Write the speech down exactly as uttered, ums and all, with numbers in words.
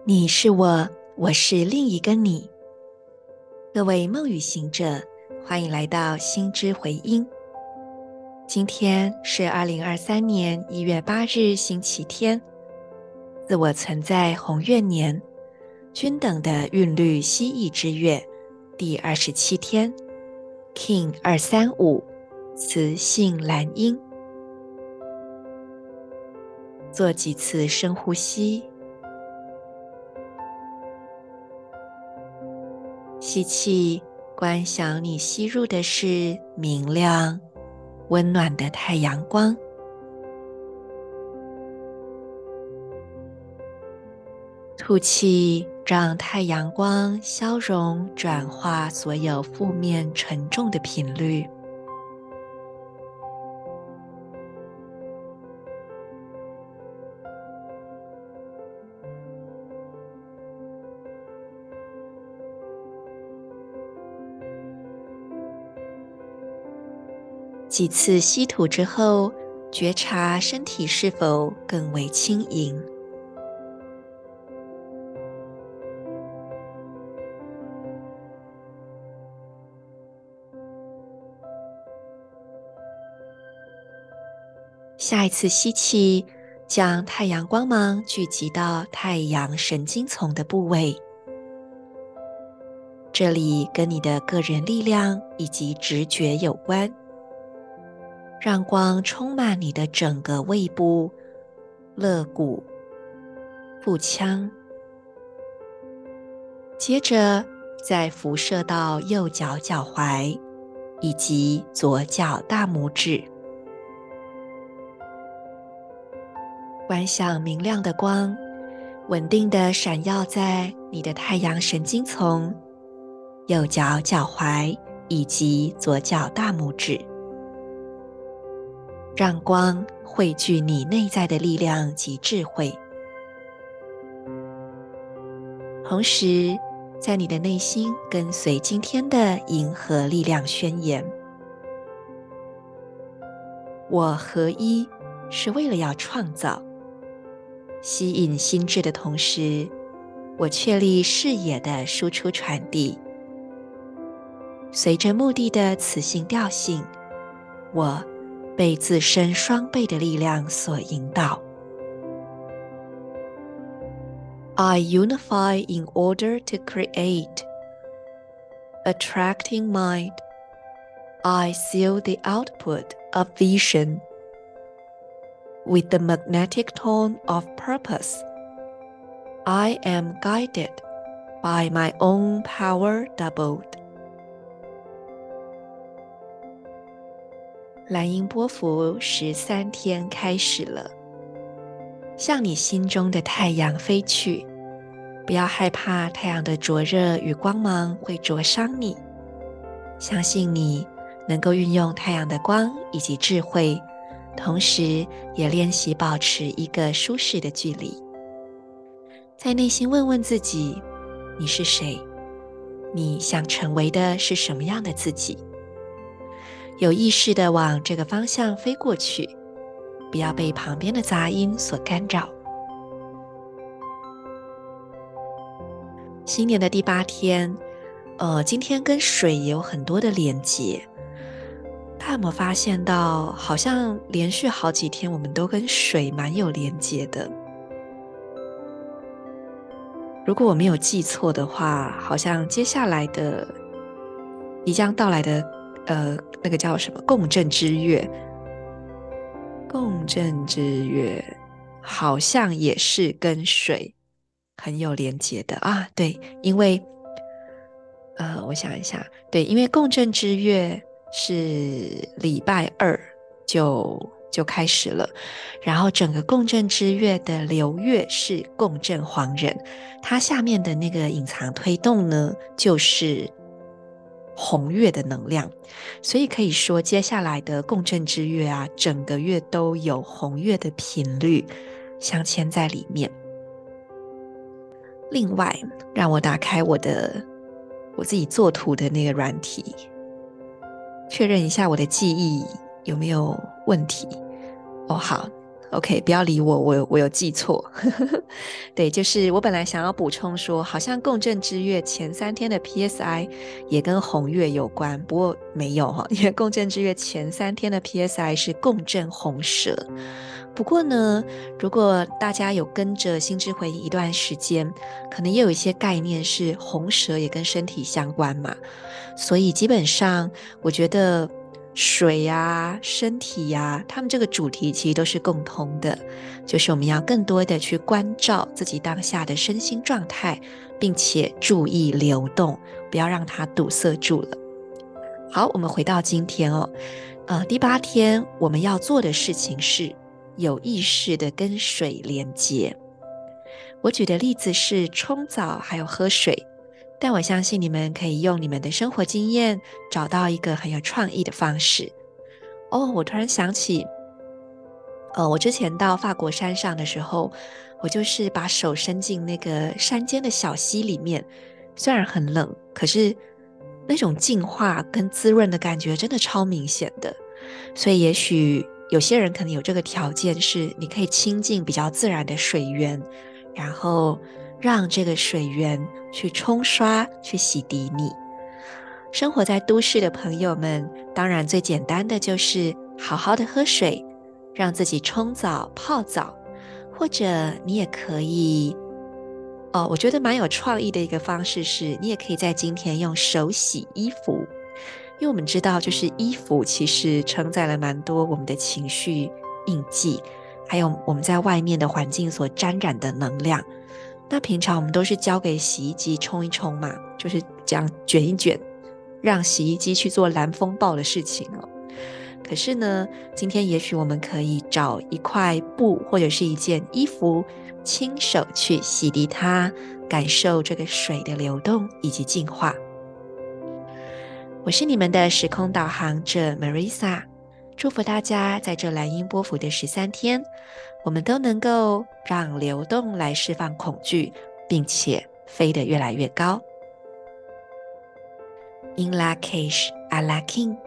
你是我，我是另一个你。各位梦语行者，欢迎来到心之回音。今天是二零二三年一月八日星期天，自我存在红月年，均等的韵律蜥蜴之月，第二十七天 King 二三五雌性蓝鹰。做几次深呼吸，吸气，观想你吸入的是明亮、温暖的太阳光。吐气，让太阳光消融、转化所有负面、沉重的频率。几次吸吐之后，觉察身体是否更为轻盈。下一次吸气，将太阳光芒聚集到太阳神经丛的部位，这里跟你的个人力量以及直觉有关。让光充满你的整个胃部、肋骨、腹腔，接着再辐射到右脚脚踝以及左脚大拇指。观想明亮的光，稳定地闪耀在你的太阳神经丛、右脚脚踝以及左脚大拇指。让光汇聚你内在的力量及智慧，同时在你的内心跟随今天的银河力量宣言：我合一是为了要创造，吸引心智的同时，我确立视野的输出传递。随着目的的磁性调性，我被自身双倍的力量所引导。I unify in order to create. Attracting mind, I seal the output of vision. With the magnetic tone of purpose, I am guided by my own power doubled. 蓝鹰波符十三天开始了，向你心中的太阳飞去，不要害怕太阳的灼热与光芒会灼伤你，相信你能够运用太阳的光以及智慧，同时也练习保持一个舒适的距离。在内心问问自己，你是谁？你想成为的是什么样的自己？有意识地往这个方向飞过去，不要被旁边的杂音所干扰。新年的第八天，呃，今天跟水也有很多的连结。大家有没有发现到，好像连续好几天我们都跟水蛮有连结的？如果我没有记错的话，好像接下来的即将到来的呃，那个叫什么共振之月，共振之月好像也是跟水很有连结的啊。对，因为呃，我想一下，对，因为共振之月是礼拜二就就开始了，然后整个共振之月的流月是共振黄人，它下面的那个隐藏推动呢，就是红月的能量，所以可以说接下来的共振之月啊，整个月都有红月的频率镶嵌在里面。另外，让我打开我的我自己做图的那个软体，确认一下我的记忆有没有问题。哦，好 OK，不要理我，我有我有记错。对，就是我本来想要补充说，好像共振之月前三天的 P S I 也跟红月有关，不过没有哈，因为共振之月前三天的 P S I 是共振红蛇。不过呢，如果大家有跟着心之回忆一段时间，可能也有一些概念是红蛇也跟身体相关嘛，所以基本上我觉得水呀、身体呀，它们这个主题其实都是共通的，就是我们要更多的去关照自己当下的身心状态，并且注意流动，不要让它堵塞住了。好，我们回到今天哦，呃，第八天我们要做的事情是有意识的跟水连接。我举的例子是冲澡还有喝水，但我相信你们可以用你们的生活经验找到一个很有创意的方式。哦，我突然想起，呃，我之前到法国山上的时候，我就是把手伸进那个山间的小溪里面，虽然很冷，可是那种净化跟滋润的感觉真的超明显的。所以也许有些人可能有这个条件，是你可以亲近比较自然的水源，然后让这个水源去冲刷、去洗涤你。生活在都市的朋友们，当然最简单的就是好好的喝水，让自己冲澡、泡澡，或者你也可以，哦，我觉得蛮有创意的一个方式是，你也可以在今天用手洗衣服，因为我们知道，就是衣服其实承载了蛮多我们的情绪印记，还有我们在外面的环境所沾染的能量。那平常我们都是交给洗衣机冲一冲嘛，就是这样卷一卷，让洗衣机去做蓝风暴的事情哦。可是呢，今天也许我们可以找一块布或者是一件衣服，亲手去洗涤它，感受这个水的流动以及净化。我是你们的时空导航者 Marisa， 祝福大家在这蓝音波符的十三天，我们都能够让流动来释放恐惧，并且飞得越来越高。In Lakesh, Alakin。